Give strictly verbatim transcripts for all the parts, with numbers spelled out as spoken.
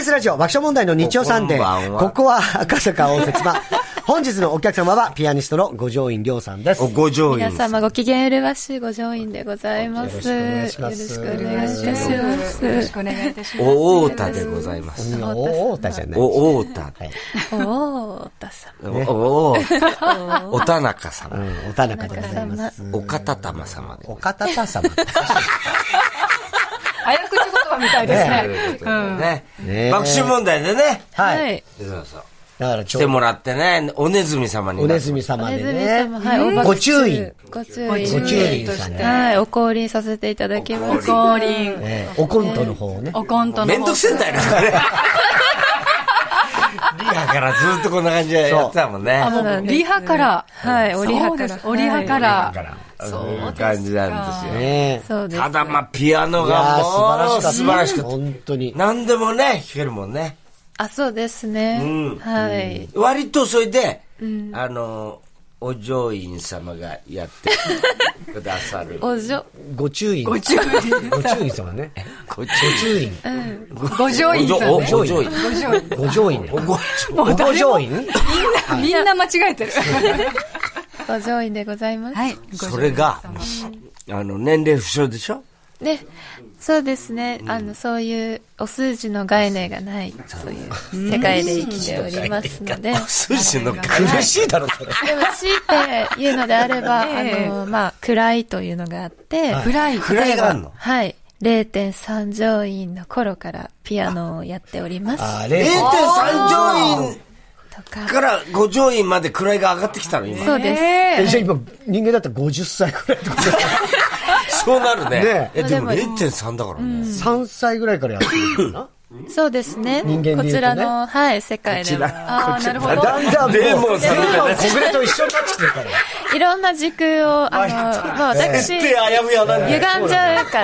スラジオ爆笑問題の日曜サンデー。ここは赤坂応接場。本日のお客様はピアニストの五条院亮さんです。 五条院。 皆様ご機嫌うるわしい五条院でございます。よろしくお願いします。よろしくお願いいたします。 お太田でございます。 お太田じゃない。 お太田。 お太田様。 おお田中様。 お田中でございます。 お方玉様で。 お方玉様。 早口言葉みたいですね。 ね。爆笑問題でね。 はい。 そうそう。 だから来てもらってね、おねずみ様に。 おねずみ様でね。 はい。 ご注意。 ご注意。 ご注意さんね。 はい。お降臨させていただきます。 お降臨。 おコントの方ね。 おコントの方。 めんどくせえんだよね。リハからずっとこんな感じでやってたもんね。 リハから。 はい。おリハから。 おリハから。 そういう感じなんですよね。 そうです。 ただまあピアノがもう素晴らしくて。 本当に。 何でもね、弾けるもんね。 あ、そうですね。はい。 割とそれで、あの、お上院様がやってくださる。 おじょ。 ご注意。 ご注意。 ご注意様ね。ご注意。 ご上院さん。 ご上院。ご上院。ご上院。 みんな間違えてる。 ご上院でございます。 はい。 それが、あの、年齢不詳でしょ？ ね。そうですね。あの、そういうお数字の概念がない、そういう世界で生きておりますので。 お数字の苦しいだろ、それ。 でも、強いて言うのであれば、あの、まあ、位というのがあって、 位、 位があるの？ はい。れいてんさん 乗員の頃からピアノをやっております。 あ、 れいてんさん 乗員からご乗員まで位が上がってきたの、今。 そうです。 え、じゃあ今、人間だったらごじゅっさいくらいとか。 そうなるね。 ねえ、でも れいてんさん だからね。 さんさいぐらいからやってるのかな？ そうですね。 人間で言うとね。 こちらの、はい、世界では。 ああ、なるほど。 だんだんもう、 デーモンさんみたいな。 小暮と一緒になってきてるから。 いろんな時空を、あの、まあ私、歪んじゃうから、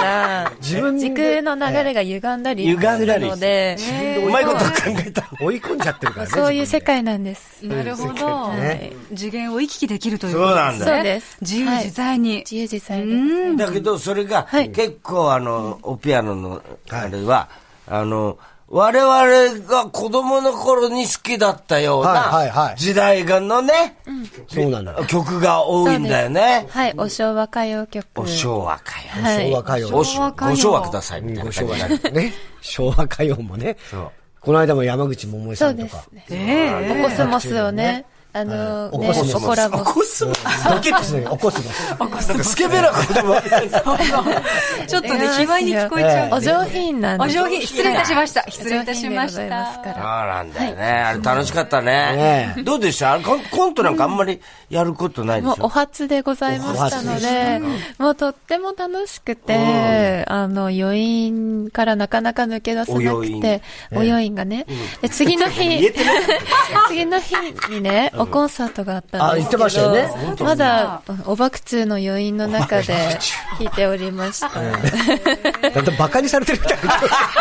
時空の流れが歪んだりするので、 うまいこと考えた。 追い込んじゃってるからね。 そういう世界なんです。 なるほど。次元を行き来できるというそうなんだ。 そうです。 自由自在に。 自由自在です。 だけど、それが、結構あの、おピアノの、あれは、あの、我々が子供の頃に好きだったような時代がのね、 そうなんだ。 曲が多いんだよね。 はい、お昭和歌謡曲。 お昭和歌謡。お昭和歌謡。 お昭和くださいみたいな感じね。昭和歌謡もね。この間も山口百恵さんとか。 そうですね。おコスモスをね。あの、 おコラボ。 おコスモス。 ドキッとするおコスモス。 おコスモス。スケベな言葉。 ちょっとね、卑猥に聞こえちゃう。 お上品なんです。お上品。失礼いたしました。失礼いたしました。そうなんだよね。あれ楽しかったね。どうでしたコントなんかあんまりやることないでしょ？ もうお初でございましたので、もうとっても楽しくて、あの、余韻からなかなか抜け出せなくて、お余韻がね。で、次の日、次の日にね、コンサートがあったんですけど、あ、言ってましたよね。まだ、おばくつの余韻の中で弾いておりました。 だんだんバカにされてるみたいな。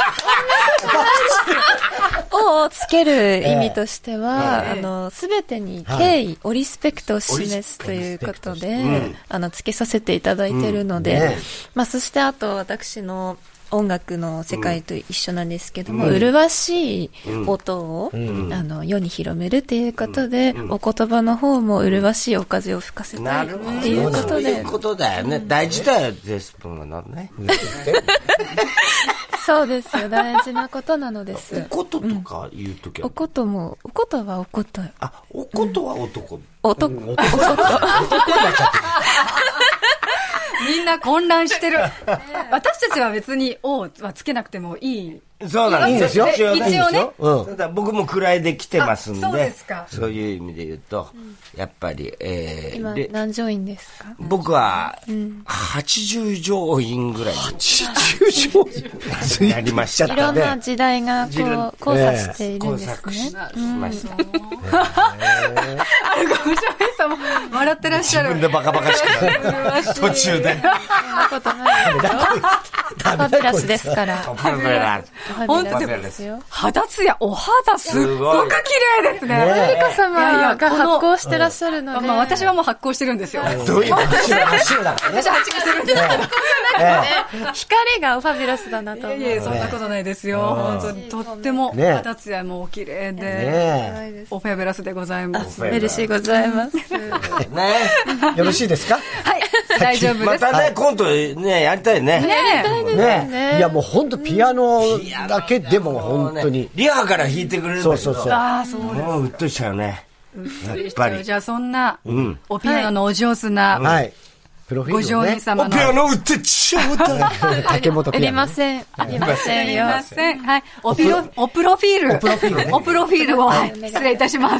をつける意味としては、あの、すべてに敬意、おリスペクトを示すということで、あの、つけさせていただいているので、まあ、そしてあと私の、音楽の世界と一緒なんですけども、うん、麗しい音を、うん、あの世に広めるということで、うん、お言葉の方も麗しいお風を吹かせたいっていうことで。そういうことだよね。大事だよ、ゼスプンはね。 そうですよ、大事なことなのです。 おこととか言うときは、 うん、おことも、おことはおこと。 あ、おことは男。 男。男。男。男。 みんな混乱してる。私たちは別に「お」はつけなくてもいい。 そうなんですよ。 一応ね。 ただ僕も位で来てますんで、そうですか。そういう意味で言うと、やっぱり、えー、今何乗員ですか？ 僕ははちじゅう乗員ぐらい。 はちじゅう乗員なりましたね。 いろんな時代がこう交差しているんですね。交錯しました。 あれごめんさんも笑ってらっしゃる。 自分でバカバカしくなる。途中で。 そんなことないですよ。 ファビュラスですから。 ファビュラス。 本当ですよ。肌ツヤ、お肌すごく綺麗ですね。 マリカ様が発光してらっしゃるので。 まあ私はもう発光してるんですよ。 どういう話だからね。 私は発光してるんですけど。 光がファビュラスだなと思う。 いやいや、そんなことないですよ。本当にとっても肌ツヤもお綺麗で、おファビュラスでございます。 メルシーございます。 ね。 よろしいですか？ はい。大丈夫です。 またね、コントね、やりたいね。 ね。ね。いやもう本当ピアノだけでも本当に。 リハから弾いてくれるんだけど。 そうそうそう。 ああ、そうです。 もううっとしちゃうね。 やっぱり。じゃあそんな、おピアノのお上手な、 はい。プロフィールご上人様の。おピアノ売ってちょうだい。 竹本ピアノ。 売りません。売りませんよ。 売りません。はい。おピロ、おプロフィール。 おプロフィール。 おプロフィールを失礼いたします。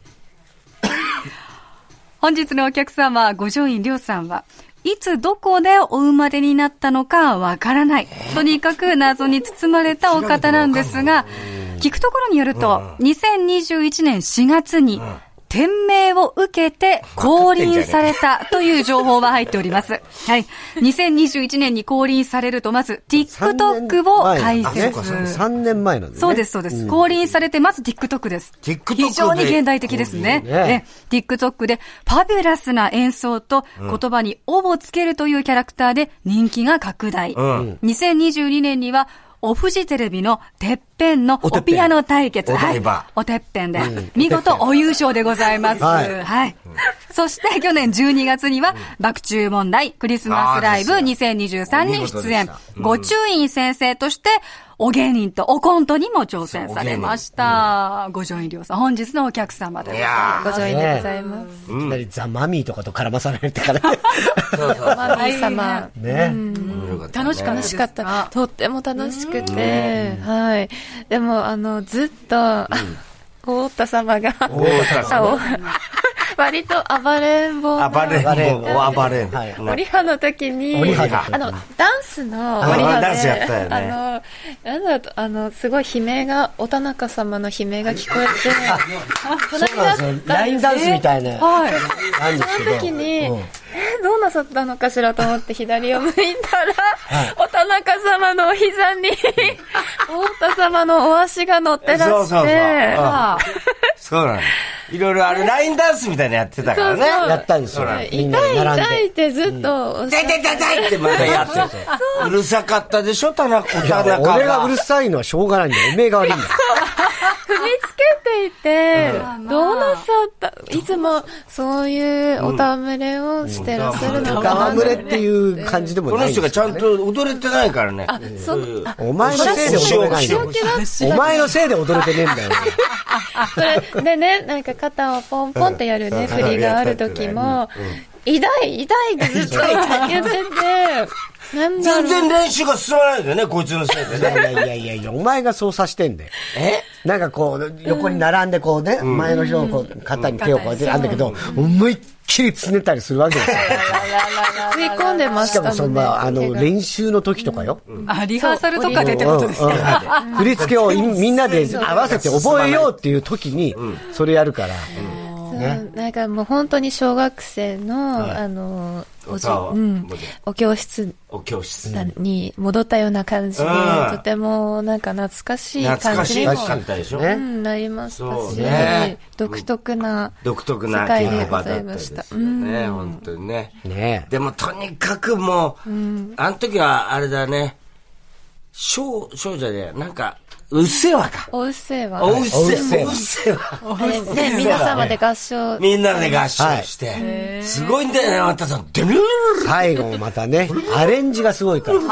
本日のお客様、五条院亮さんは、いつどこでお生まれになったのかわからない。とにかく謎に包まれたお方なんですが、聞くところによると、にせんにじゅういちねんしがつに、天命を受けて降臨されたという情報は入っております。はい。にせんにじゅういちねんに降臨されると、まず TikTok を開設。 さんねんまえなんですね。 そうです、そうです。降臨されて、まず TikTok です。 TikTok 非常に現代的ですね。え、TikTok でファビュラスな演奏と言葉に「お」をつけるというキャラクターで人気が拡大。にせんにじゅうにねんには、おフジテレビのてっぺんのおピアノ対決。はい。おてっぺんで。見事お優勝でございます。はい。はい。そして去年じゅうにがつには、爆注問題クリスマスライブにせんにじゅうさんに出演。ご注院先生として、お芸人とおコントにも挑戦されました。五条院亮さん、本日のお客様でございます。 五条院でございます。 いきなりザ・マミーとかと絡まされてからね。 そうそう。マミー様。 ね。 楽しかった。 楽しかった。とっても楽しくて、はい。でも、あの、ずっと、大田様が、割と暴れん坊。 暴れん坊、暴れん坊。オリハの時に、あの、ダンスのオリハで、あの、なんだと、あの、すごい悲鳴が、お田中様の悲鳴が聞こえて、 そうなんですよ。ラインダンスみたいな。 はい。その時に、え、どうなさったのかしらと思って左を向いたら、お田中様のお膝に、大田様のお足が乗ってらして、そうそうそう。 そうなの。いろいろあれ、ラインダンスみたいなやってたからね。 やったんですよ。 痛い痛いってずっと。 痛い痛い痛いってまたやってて。うるさかったでしょ、田中が。 俺がうるさいのはしょうがないんだよ。おめえが悪いんだよ。 踏みつけていて、どうなさった、いつもそういうおたむれをしてらっしゃるのか。 おたむれっていう感じでもない。 この人がちゃんと踊れてないからね。 あ、そう。 お前のせいで踊れないの。お前のせいで踊れてねえんだよ。 それでね、なんか肩をポンポンってやるね、振りがある時も、痛い痛いってずっと言ってて、 全然練習が進まないんだよね、こいつのせいでね。 いやいやいやいや、お前がそうさしてんだよ。えなんかこう、横に並んでこうね、前の人のこう、肩に手をこうやってあんだけど、思いっきりつねったりするわけですよ。 吸い込んでましたもんね。 しかもそんな、あの、練習の時とかよ。 あ、リハーサルとかでってことですか。 振り付けをみんなで合わせて覚えようっていう時に、それやるから。 ね、なんかもう本当に小学生の、はい、あのおじ、うん、お教室お教室に戻ったような感じで、うん、とてもなんか懐かしい感じにも、うん、なりましたし、ね、独特な独特な世界でございました。ね、本当にね。ね、でもとにかくもう、うん、あの時はあれだね、少少女でなんか。うっせわか。 おうっせわ。 おうっせわ。おうっせわ。 ね、皆様で合唱。 みんなで合唱して。すごいんだよね、またさん。 最後もまたね、アレンジがすごいから。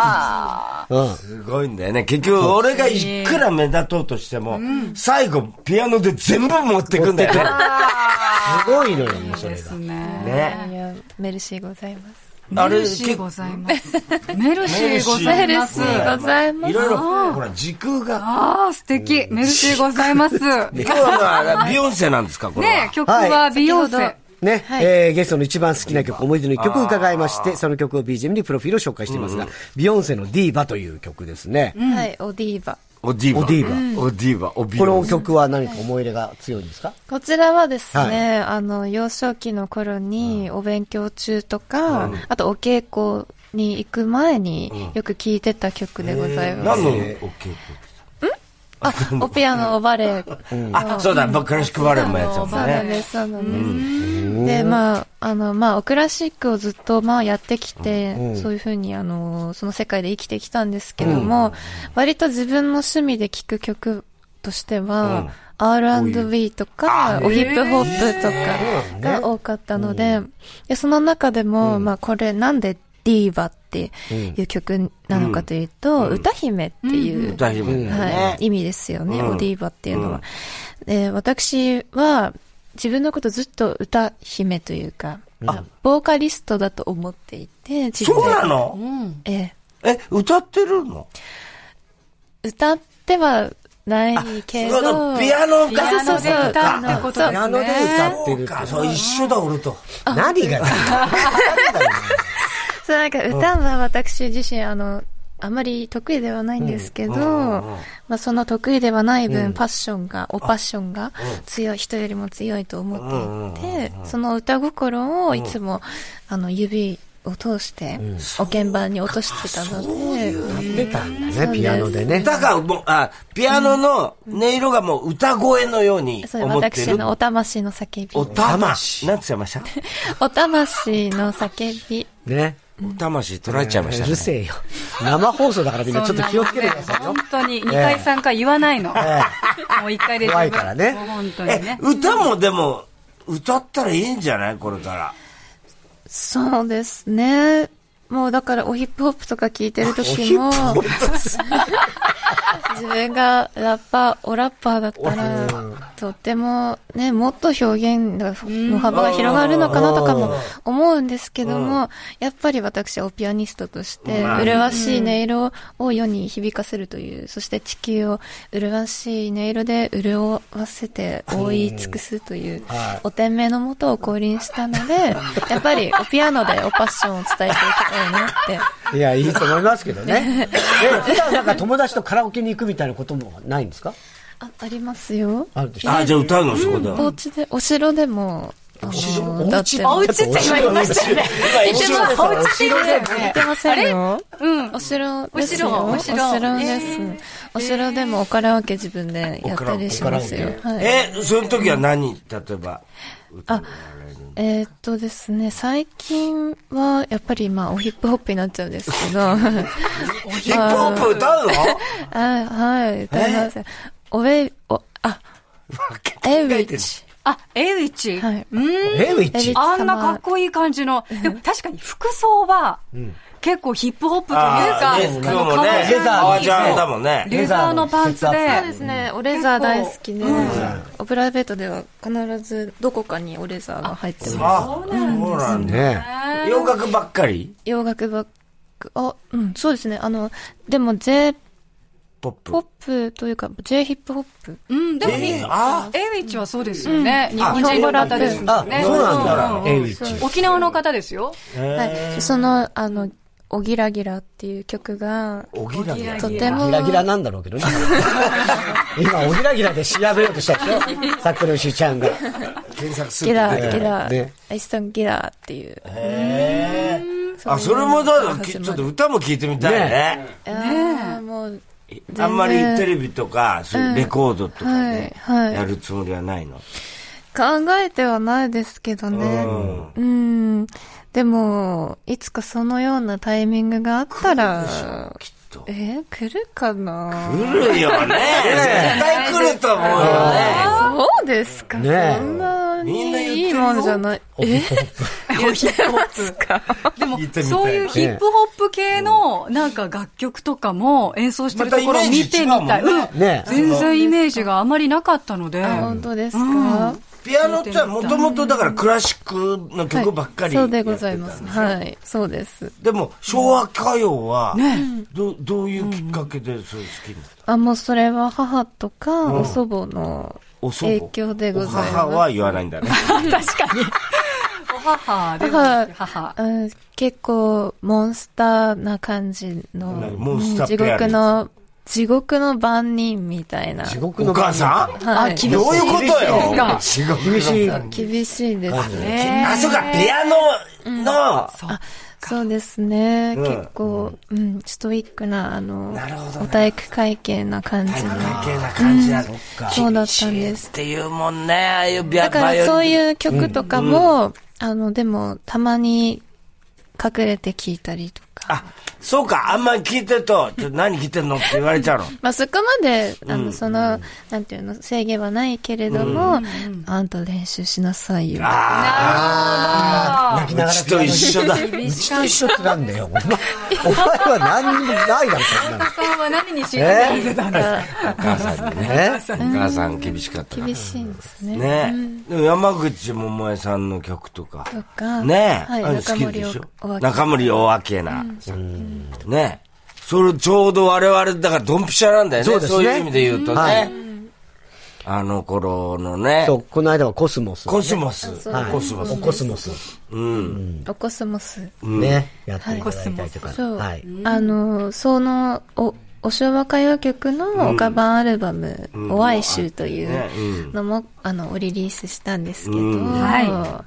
すごいんだよね。結局、俺がいくら目立とうとしても、最後、ピアノで全部持ってくんだよね。 すごいのよ、それが。 ね。メルシーございます。 メルシーございます。メルシーございます。 メルシーございます。 いろいろ、ほら、時空が。 ああ、素敵。メルシーございます。今日はビヨンセなんですか、これ。 ね、曲はビヨンセ。 ね、えゲストの一番好きな曲、思い出の一曲を伺いまして、その曲を ビージーエム にプロフィールを紹介していますが、ビヨンセのディーバという曲ですね。 はい、オディーバ。 オディーバ。 オディーバ。オディーバ。 この曲は何か思い入れが強いんですか？ こちらはですね、はい、あの、幼少期の頃にお勉強中とか、うん、あとお稽古に行く前によく聴いてた曲でございます。 何のオケあ、おピアノ、おバレエ。 あ、そうだ、クラシックバレエもやっちゃったね。 そうなんです、そうなんです。で、まあ、あの、まあ、クラシックをずっと、まあ、やってきて、うん、そういうふうに、あの、その世界で生きてきたんですけども、うん、割と自分の趣味で聴く曲としては、うん、アールアンドビー とか、おヒップホップとかが多かったので、でその中でも、うん、まあ、これなんでディーバっていう曲なのかというと、うん、歌姫っていう、うん歌姫ねはい、意味ですよね、うん、ディーバっていうのは。で、私は自分のことずっと歌姫というか、ボーカリストだと思っていて、 そうなの、 うん、ええ、歌ってるの？ 歌ってはないけど、 ピアノピアノで歌うってことですね。 ピアノで歌ってるって。 そう、一緒だ、俺と。 何がそう、なんか歌は私自身、あの、あまり得意ではないんですけど、うんまあ、その得意ではない分、うん、パッションが、おパッションが強い、人よりも強いと思っていて、その歌心をいつも、あの、指を通して、お鍵盤に落としてたので、 やってたんだね、ピアノでね。 歌がもう、あ、ピアノの音色がもう歌声のように思ってる。 そう、私のお魂の叫び。 お魂なんて言いましたお魂の叫び。 ね。 魂取られちゃいましたね。 うるせえよ。生放送だからみんなちょっと気をつけてくださいよ。 本当ににかいさんかい言わないの。ええ、もういっかいで怖いからね。 本当にね。 歌もでも歌ったらいいんじゃないこれから。 そうですね。もうだからおヒップホップとか聞いてる時も自分がラッパー、おラッパーだったらとってもね、もっと表現の幅が広がるのかなとかも思うんですけども、やっぱり私はおピアニストとして麗しい音色を世に響かせるという、そして地球を麗しい音色で潤わせて覆い尽くすというお天命のもとを降臨したので、やっぱりおピアノでおパッションを伝えていきたいなって。 いや、いいと思いますけどね。え、普段なんか友達とカラオケに行くみたいなこともないんですか？ あ、ありますよ。 あるでしょ。 あ、じゃあ歌うのそこだ。 お家で、お城でも、 お城、 お家ってお家って今言いましたよね。 言ってます。お家って言ってませんよ。 うん。 お城ですよ。 お城。 お城です。お城でもおカラオケ自分でやったりしますよ。 え、その時は何、例えば歌われるの？ えっとですね、最近はやっぱりまあおヒップホップになっちゃうんですけど。 ヒップホップ歌うの？ あ、はい、歌います。おべ、お、あ、エウィッチ。 あ、エウィッチ。 はい。 うん。 エウィッチ。 あんなかっこいい感じの。でも確かに服装は、結構ヒップホップというか、 もね、レザージャーだもんね。 レザーのパンツで。そうですね、おレザー大好きで、おプライベートでは必ずどこかにおレザーが入ってます。 そうなんですね。洋楽ばっかり？ 洋楽ばっか、あ、うん、そうですね。あの、でも J、 ポップ。 ポップというか、J ヒップホップ。 うん、でも、エイウィッチはそうですよね。日本人の方ですよね。 そうなんだ、エイウィッチ。 沖縄の方ですよ。 はい。その、あの、おぎらぎらっていう曲が、 おぎらぎらとても。 おぎらぎらなんだろうけどね。今、おぎらぎらで調べようとしたでしょさっきのしーちゃんが。 検索する。 ギラ、ギラ、アイストンギラっていう。 へー。あ、それもだ、ちょっと歌も聴いてみたいね。 ねもう、 あんまりテレビとか、レコードとかでやるつもりはないの？ 考えてはないですけどね。うん。でも、いつかそのようなタイミングがあったら、 きっと。 えー、来るかな？ 来るよね。絶対来ると思うよね。 そうですか。ね、そんなにいいもんじゃない。え言ってますか？ でも、そういうヒップホップ系のなんか楽曲とかも演奏してるところを見てみたい。全然イメージがあまりなかったので。 本当ですか？ ピアノってもともとだからクラシックの曲ばっかり、 はい、そうでございます。はい、そうです。 でも昭和歌謡は、ね、ど, どういうきっかけでそういう好きになった？ あ、もうそれは母とかお祖母の影響でございます。 母は言わないんだね。 確かに。お母で母、母、うん、結構モンスターな感じの、 モンスター地獄の地獄の番人みたいな。 地獄のお母さん？ はい。 どういうことよ？ 地獄厳しい。 厳しいですね。 あ、そうか、ピアノの。 あ、 そうですね。うん、結構、うん、ストイックな、あの、ね、お体育会系な感じの。 体育会系な感じなの、うん、 そうだったんです。 っていうもんね、ああいうビアだからそういう曲とかも、うん、あの、でも、たまに隠れて聞いたりとか。 あ、そうか、あんまり聞いてると、ちょっと何聞いてんのって言われちゃうの。 まあそこまで、あの、うん、その、うん、なんていうの、制限はないけれども、うん、あんた練習しなさいよ。 ああ、うちと一緒だ。うちと一緒ってなんだよ。お前、お前は何にもないだろ、そんなの。 お母さんは何に集中されてたんですか？ お母さんにね。お母さん厳しかったな。 厳しいんですね。 ね。でも山口百恵さんの曲とか。 とか。 ね。 はい、 好きでしょ。中森大明な。ね。それちょうど我々だからドンピシャなんだよね。そうですね。そういう意味で言うとね。はい、あの頃のね。 そう、この間はコスモス、 ね。コスモス。 はい、コスモス。おコスモス。 うん。おコスモス。 ね。やっていただいたりとか。 そう。はい。あの、その、お、お昭和歌謡曲の岡版アルバム、うん、お愛集というのも、あの、リリースしたんですけど。うん、 はい。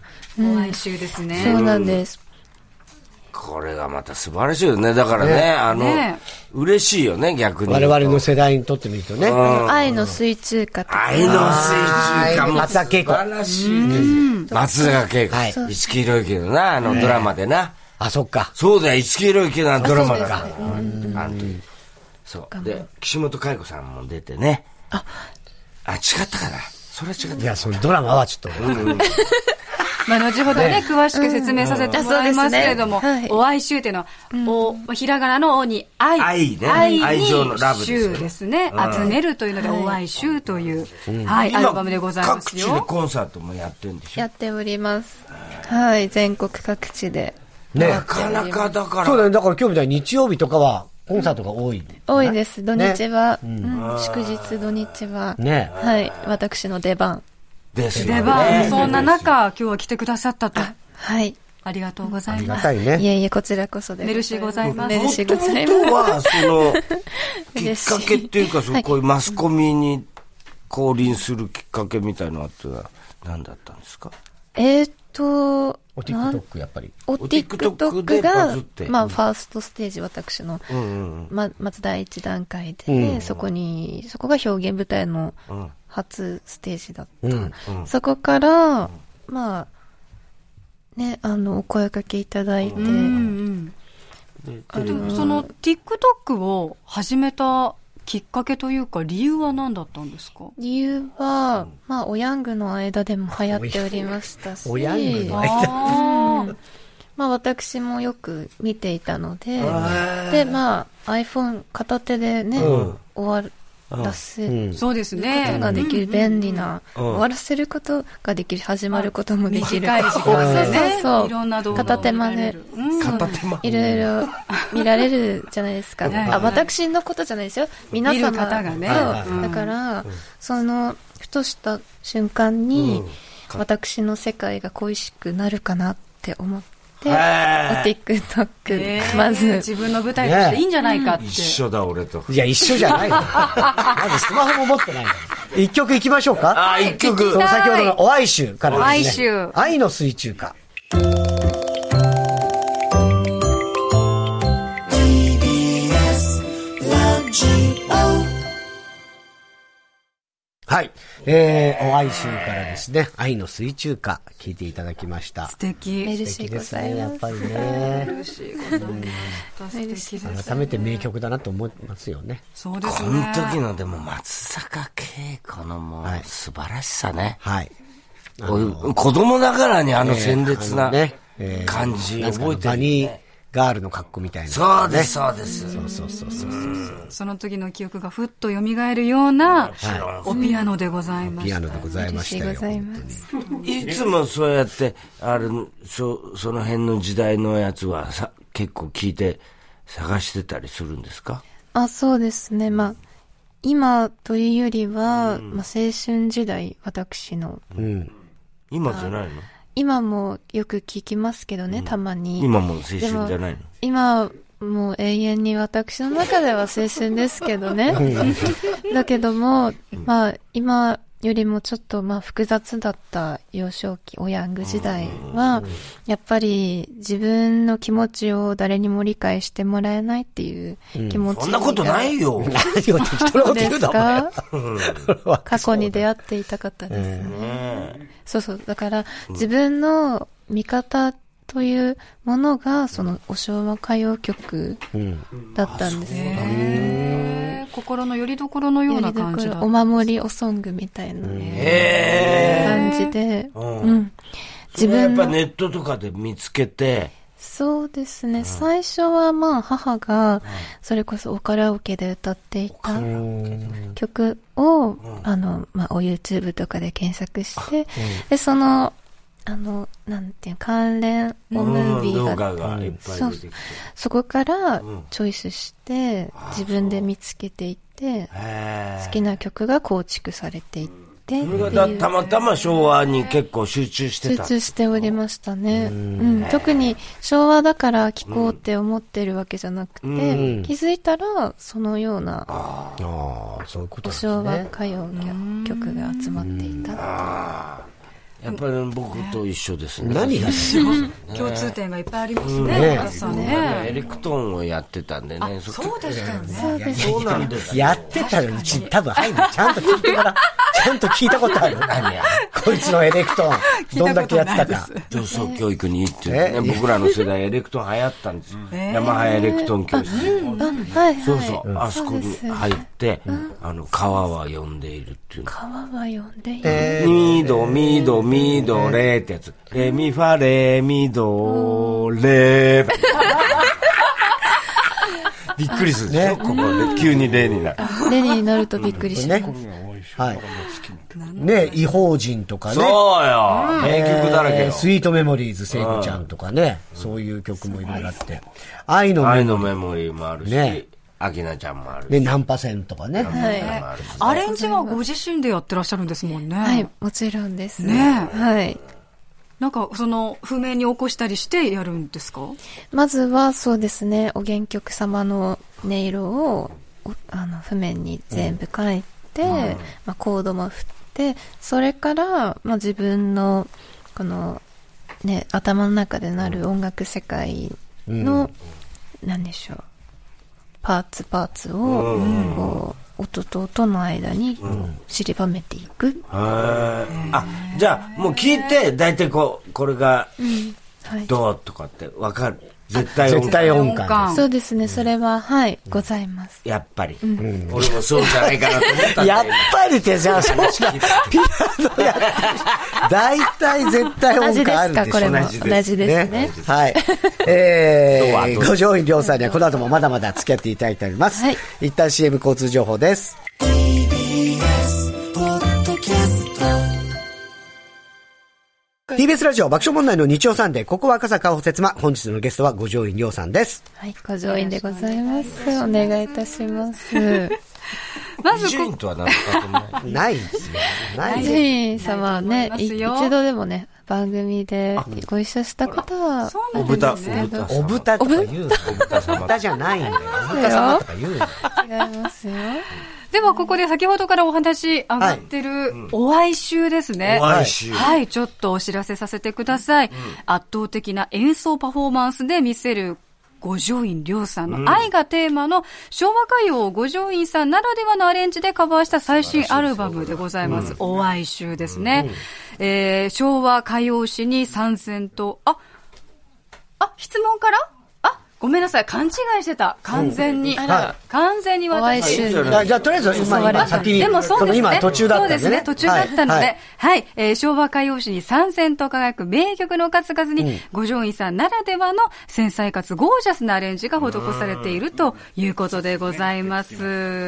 お愛集ですね。 そうなんです。 これがまた素晴らしいよね。だからね、ねあの、ね、嬉しいよね、逆に。 我々の世代にとってみるとね。うん、 愛の水中歌とか。 愛の水中歌も松田恵子。 素晴らしいです。松田恵子。はい。五木ひろゆきのな、あのドラマでな。 あ、そっか。 そうだよ、五木ひろゆきのドラマだから。あの時。そう。で、岸本佳代子さんも出てね。あ、あ、違ったかな。それは違った。 いや、そのドラマはちょっと。うんうんまあ、後ほどね、ね詳しく説明させてもらいますけれども、うんうんねはい、お愛集っていうのは、うん、お、ひらがなのおに愛。 愛ね。 愛に愛情のラブ集ですね。うん、集めるというので、お愛集という、うん、はい、アルバムでございますよ。 各地でコンサートもやってるんでしょ？ やっております。はい、全国各地で。 ね、なかなかだから。 そうだね、だから今日みたいに日曜日とかは、コンサートが多い、ね。 多いです。土日は、ねうんうん、祝日土日は、ね、はい、私の出番。 ですね。 出番、そんな中、今日は来てくださったと。 はい。 ありがとうございます。 ありがたいね。 いえいえ、こちらこそで。 メルシーございます。 メルシーございます。 本当は、その、きっかけっていうか、そこういうマスコミに降臨するきっかけみたいなのって何だったんですか？ えーっと、 お TikTok やっぱり。 お TikTok が、まあ、ファーストステージ、私の、うんうんま、まず第一段階で、うん、そこに、そこが表現舞台の初ステージだった。うんうん、そこから、まあ、ね、あの、お声掛けいただいて、うんうんあのその TikTok を始めたきっかけというか理由は何だったんですか？ 理由は、まあ、おヤングの間でも流行っておりましたし、 おヤングの間うん、まあ、私もよく見ていたので、で、まあ、iPhone 片手でね、うん、終わらせることができる、便利な、うん、終わらせることができる、始まることもできる。 短い時間でね、 そうそういろんな動画片手間で、うん、 片手間いろいろ見られるじゃないですか。あ、私のことじゃないですよ。皆様。 見る方がね。 そう。だから、うん、その、ふとした瞬間に、うん、私の世界が恋しくなるかなって思って、で、お TikTok、えー、まず。 自分の舞台としていいんじゃないかって。 一緒だ、俺と。 いや、一緒じゃないの。まずスマホも持ってないの。一曲いきましょうか。 あ、一曲。 その先ほどのお愛集からですね。 お愛集。 愛の水中歌。はい。えー、お愛集からですね、愛の水中歌、聞いていただきました。 素敵。 メルシーございます。 やっぱりね。 メルシーございます。メルシー改めて名曲だなと思いますよね。 そうですね。 この時のでも松坂慶子のもう素晴らしさね。 はい。 子供ながらにあの鮮烈な感じ覚えてるね。 ガールの格好みたいな、ね。 そうです、そうです。 そうそうそうそう。 その時の記憶がふっと蘇るような、おピアノでございました。 ピアノでございましたよ。 いつもそうやって、あれ、そ、その辺の時代のやつはさ、結構聞いて探してたりするんですか？ あ、そうですね。まあ、今というよりは、うん、まあ、青春時代、私の。 うん。今じゃないの？ 今もよく聞きますけどね、うん、たまに。 今も青春じゃないの？ 今もう永遠に私の中では青春ですけどね。だけども、まあ今よりもちょっとまあ複雑だった幼少期、おヤング時代は、やっぱり自分の気持ちを誰にも理解してもらえないっていう気持ちが、 そんなことないよ。 何を人のこと言うだか過去に出会っていた方ですね。そうそう。だから自分の見方というものがそのお昭和歌謡曲だったんですね。 心の拠り所のような感じだ。 お守りおソングみたいな感じで、うん、 自分やっぱネットとかで見つけて、 そうですね、うん、最初はまあ母がそれこそカラオケで歌っていた曲を、うん、あのまあお YouTube とかで検索して、うん、でそのあの、なんていう関連のムービーが、 動画がいっぱい出てきて、 そこからチョイスして、うん、自分で見つけていって、好きな曲が構築されていって、 それがたまたま昭和に結構集中してた。 集中しておりましたね。うん、特に昭和だから聴こうって思ってるわけじゃなくて、うん、気づいたらそのような、 ああ、そういうことですね。昭和歌謡曲が集まっていた。 やっぱり僕と一緒ですね。 何が共通点がいっぱいありますね。 うんねねエレクトーンをやってたんでね。 そうでしたよね。 そうです。 そうなんです。やってたのに多分入る。ちゃんと聞いてから、ちゃんと聞いたことある。何や。こいつのエレクトーンどんだけやってたか。 上層教育に行ってね、僕らの世代エレクトーン流行ったんですよ。ヤマハエレクトーン教室。そうそう。あそこに入って、あの川は呼んでいるっていう。 川は呼んでいる。 ミドミドミドレってやつ。レミファレミドレびっくりするでしょ、ここで急にレになる。 レになるとびっくりします。 はい。ね、異邦人とかね。 そうよ。名曲だらけよ。 スイートメモリーズ、セイコちゃんとかね。そういう曲もいろいろあって。愛のメモリーもあるし。アキナちゃんもあるし。 で、ナンパ線とかね。 はい。 アレンジはご自身でやってらっしゃるんですもんね。 はい、もちろんです。 ね。 はい。 なんか、その、譜面に起こしたりしてやるんですか？ まずは、そうですね、お原曲様の音色を、あの、譜面に全部書いて、うん、まあ、コードも振って、それから、まあ、自分の、この、ね、頭の中でなる音楽世界の、うん、なんでしょう、パーツパーツを、うん、こう、音と音の間に散りばめていく。うん、 あ、じゃあもう聞いて大体こうこれがどうとかってわかる。絶対音感。 絶対音感。 そうですね。それは、はい、ございます。 やっぱり。うん、俺もそうじゃないかなと思ったんやっぱりってじゃあ、そうしか、ピアノやってる。大体絶対音感あるでしょ。 同じですか、これも。同じですね。 はい。えー、五条院亮さんにはこの後もまだまだ付き合っていただいております。はい。一旦 シーエム 交通情報です。ティービーエス ラジオ爆笑問題の日曜サンデー、ここは赤坂応接間。本日のゲストは五条院亮さんです。 はい、五条院でございます。お願いいたします。 まず、五条院とは何かとないんですよ。 ない。五条院様はね、一度でもね、番組でご一緒したことはあるんですけど。 おぶたとか言うの。おぶた様。おぶたじゃないんだよ。おぶた様とか言うの。 違いますよ。 ではここで先ほどからお話上がってるお哀愁ですね。 お哀愁。 はい、ちょっとお知らせさせてください。うん、圧倒的な演奏パフォーマンスで見せる五条院亮さんの愛がテーマの昭和歌謡を五条院さんならではのアレンジでカバーした最新アルバムでございます。うん、お哀愁ですね。うん、えー、昭和歌謡史に参戦と、あ、あ、質問からごめんなさい、勘違いしてた。完全に。はい、完全に私。 じゃあ、とりあえず、今、今、先に。 でもそうですね。 今、途中だったんで、ね。 そうですね、途中だったので。はい。はい、えー、昭和歌謡史に参戦と輝く名曲の数々に、うん、五条院さんならではの繊細かつゴージャスなアレンジが施されているということでございます。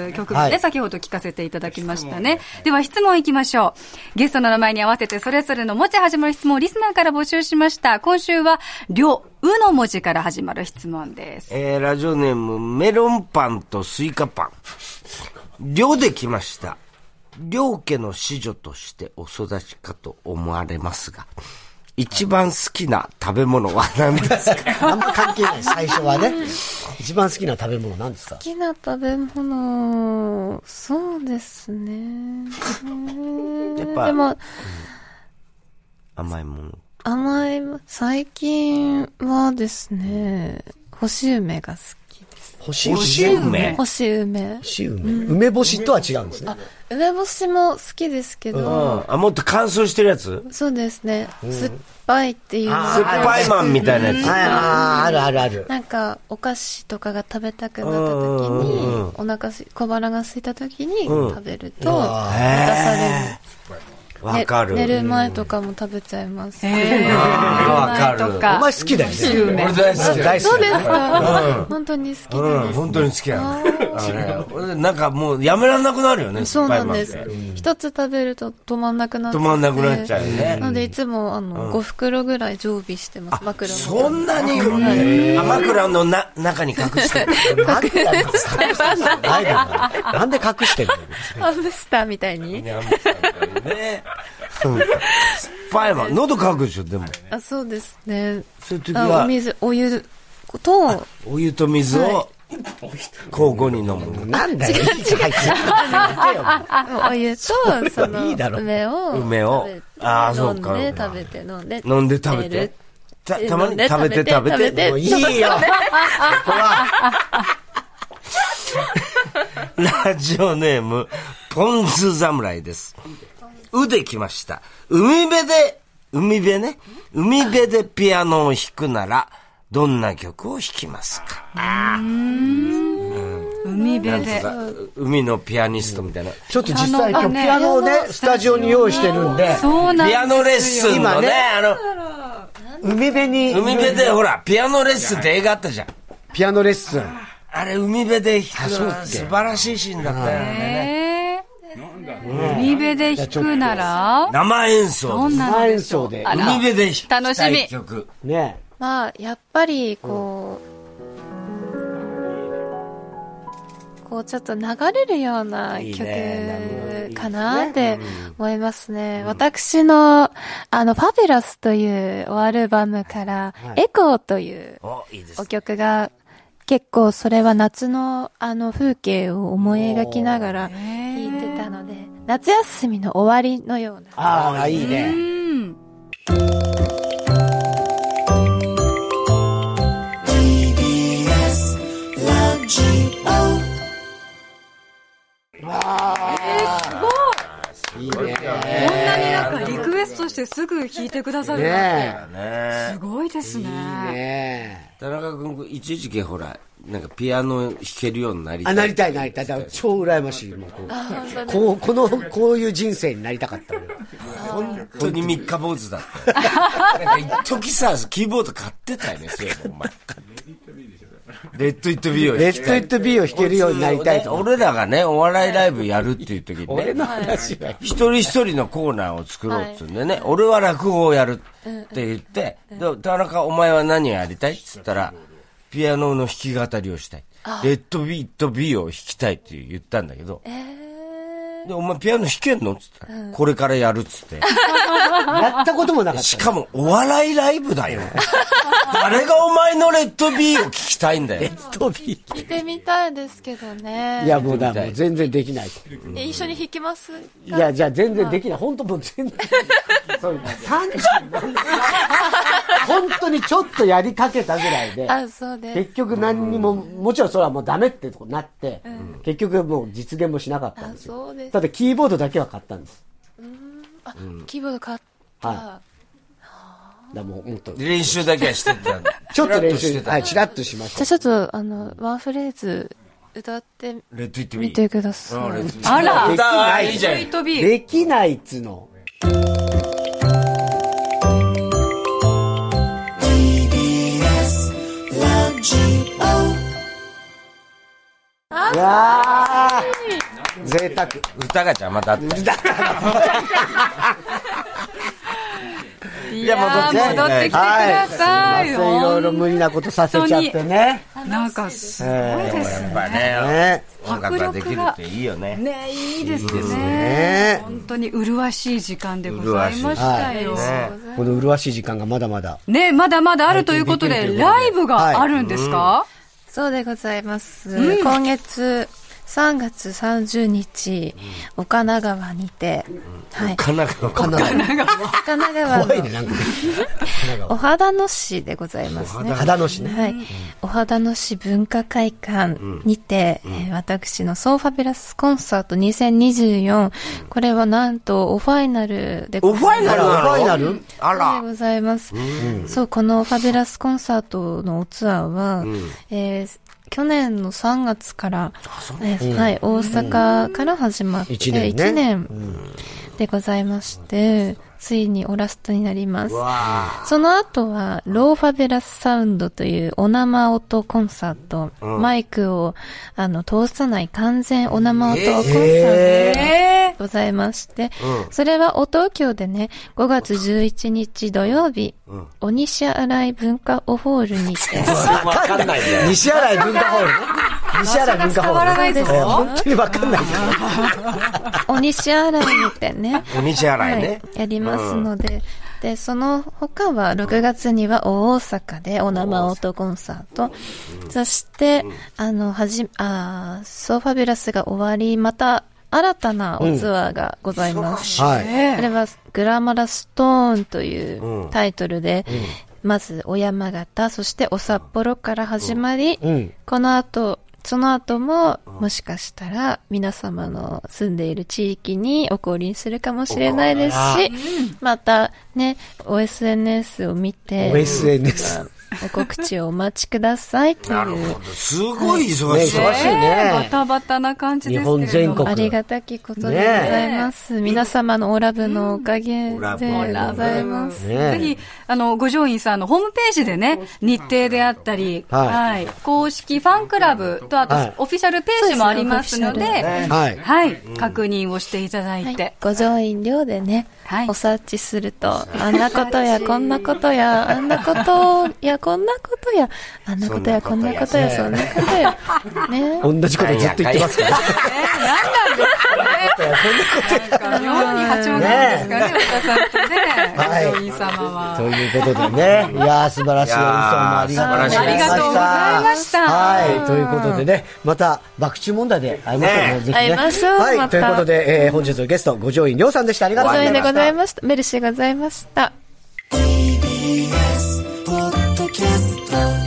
曲名で先ほど聞かせていただきましたね。はい、では、質問いきましょう。ゲストの名前に合わせて、それぞれの文字始まる質問をリスナーから募集しました。今週は、両、うの文字から始まる質問です。 えー、ラジオネーム、メロンパンとスイカパン。両できました。両家の子女としてお育ちかと思われますが、 一番好きな食べ物は何ですか？ あんま関係ない、最初はね。一番好きな食べ物何ですか？ 好きな食べ物、そうですね。 やっぱ、 でも、うん、 甘いもの。 甘い、最近はですね、干し梅が好きです。 干し梅干し梅。 干し梅。梅干しとは違うんですね。あ、 梅干しも好きですけど。 うん、あ、もっと乾燥してるやつ？ そうですね。酸っぱいっていうのが。 酸っぱいマンみたいなやつ。 ああ、あるあるある。 なんか、お菓子とかが食べたくなった時に、お腹す、小腹が空いた時に食べると、満たされる。 わかる。 寝る前とかも食べちゃいます。 へー。わかる。 お前好きだよね。 俺大好き。 大好き。 そうですか。本当に好きです。 本当に好きやね。なんかもうやめられなくなるよね。 そうなんです。一つ食べると止まんなくなっちゃう。 止まんなくなっちゃうよね。 なのでいつもあのご袋ぐらい常備してます。枕の。 そんなに枕のな中に隠してる。 隠してます。 なんで隠してるの？ ハムスターみたいに。 ね。酸っぱいわ。喉乾くでしょ、でも。 あ、そうですね。 そういう時は。 お水、お湯と、 お湯と水を交互に飲む。 なんだよ。 お湯と、その、梅を、 梅を、ああ、そうか。 飲んで、食べて、飲んで。 飲んで食べて。た、たまに食べて食べて。 もういいよ。 ラジオネーム、ポン酢侍です。うできました。海辺で、海辺ね。海辺でピアノを弾くなら、どんな曲を弾きますか？あうん、海辺で。 海のピアニストみたいな。 ちょっと実際今日ピアノをね、スタジオに用意してるんで。 そうなんですよ。 ピアノレッスンのね、あの、海辺に。 海辺でほら、ピアノレッスンって映画あったじゃん。 ピアノレッスン。 あれ、海辺で弾くのは素晴らしいシーンだったよね。 海辺で弾くなら生演奏。 どんな生演奏で。 海辺で弾きたい曲。 ね。 まあ、やっぱり、こう、こう、ちょっと流れるような曲かなって思いますね。私の、あの、ファビュラスというおアルバムから、エコーというお曲が、結構それは夏のあの風景を思い描きながら弾いてたので、夏休みの終わりのような。 ああ、いいね。うん。ティービーエス ラジオ。わあ、 えー、すごい。いいね。こんなになんかリクエストしてすぐ弾いてくださるなんて、すごいですね。いいね。 田中君、一時期ほら、なんかピアノ弾けるようになりたい。 あ、なりたい、なりたい。超羨ましい。もうこう、こう、この、こういう人生になりたかった俺。 本当に三日坊主だった。なんか一時さ、キーボード買ってたよね、そういえばお前。レッド・イット・ビーをレッド・イット・ビーを弾けるようになりたいと。 俺らがね、お笑いライブやるっていう時にね、 俺の話は一人一人のコーナーを作ろうっつうんでね、俺は落語をやるって言って、で、田中お前は何をやりたいっつったら、ピアノの弾き語りをしたい。レッド・ビート・ビーを弾きたいって言ったんだけど、で、お前ピアノ弾けんのっつったら、うん、これからやるっつって。 やったこともなかった。 しかも、お笑いライブだよ。誰がお前のレッドビーを聞きたいんだよ。 レッドビー聞いてみたいですけどね。 いや、もうだ、もう全然できない。 え、一緒に弾きますか？ いや、じゃあ全然できない。本当もう全然。そうさんじゅう本当にちょっとやりかけたぐらいで。 あ、そうです。 結局何にも、もちろんそれはもうダメってとこになって、うん、結局もう実現もしなかったんですよ。 あ、そうです。 ただキーボードだけは買ったんです。 うん。あ、うん、キーボード買った。はい。 だもうもっと練習だけはしてたんだ。 ちょっと練習してた。はい、チラッとしました。 じゃあちょっとあのワンフレーズ歌ってみてください。 あら、 できない。 いいじゃん。 できないっつの。ティービーエス ラジオ。うわー、贅沢。 歌が邪魔だった。 いや、戻ってきてください。 いろいろ無理なことさせちゃってね。 なんか、すごいですね。 やっぱね、音楽ができるっていいよね。 ね、いいですね。本当に麗しい時間でございましたよ。 この麗しい時間がまだまだ。 ね、まだまだあるということで、ライブがあるんですか？ そうでございます。今月、さんがつさんじゅうにち、岡名川にて、はい。 岡名川。 岡名川。 岡名川の。 怖いね、なんかね。 お肌の市でございますね。 肌の市ね。 はい。お肌の市文化会館にて、私のソーファビラスコンサートにせんにじゅうよん、これはなんとオファイナルでございます。 オファイナルオファイナルあら。 でございます。そう、このファビュラスコンサートのツアーは、えー去年のさんがつから、えーはい、大阪から始まって、いちねんでございまして、ついにオラストになります。その後は、ローファベラスサウンドというお生音コンサート、うん、マイクをあの通さない完全お生音コンサートでございまして、うん、それはお東京でね、ごがつじゅういちにち土曜日、うん、お西新井文化ホールにて。 わかんないね。 西新井文化ホールね。西新井文化ホール。 ですよ。本当にわかんない。 お西新井にてね。 お西新井ね、 はい。やりますので、うん、で、その他はろくがつには大阪でお生音コンサート。うん、そして、あの、はじ、あソーファビュラスが終わり、また、新たなおツアーがございます。 うん、はい。 これは、グラマラストーンというタイトルで、うんうん、まず、お山形、そしてお札幌から始まり、うん、この後、その後も、もしかしたら、皆様の住んでいる地域にお降臨するかもしれないですし、また、ね、お エスエヌエス を見て、 お エスエヌエス。 ご告知をお待ちくださいという。なるほど。すごい忙しい。 忙しいね。 バタバタな感じですけれども。 日本全国。 ありがたきことでございます。皆様のオラブのおかげでございます。 ぜひ、あの、五条院さんのホームページでね、日程であったり、はい。公式ファンクラブと、あと、オフィシャルページもありますので、はい。はい。確認をしていただいて。 五条院寮でね、お察知すると、あんなことやこんなことや、あんなことや、こんなことや、あんなことや、こんなことや、そんなことや。ね。 同じことずっと言ってますから。 え、なんなんですかね。妙に八王子ですかね、太田さんとね、五条院様は。 ということでね、いやー、素晴らしい演奏もありがとうございました。 ありがとうございました。 はい、ということでね、また、爆注問題で会いましょうね、ぜひね。 会いましょう。 はい、ということで、本日のゲスト、五条院亮さんでした。ありがとうございました。 五条院でございました。メルシーございました。 ティービーエス ポッドキャスト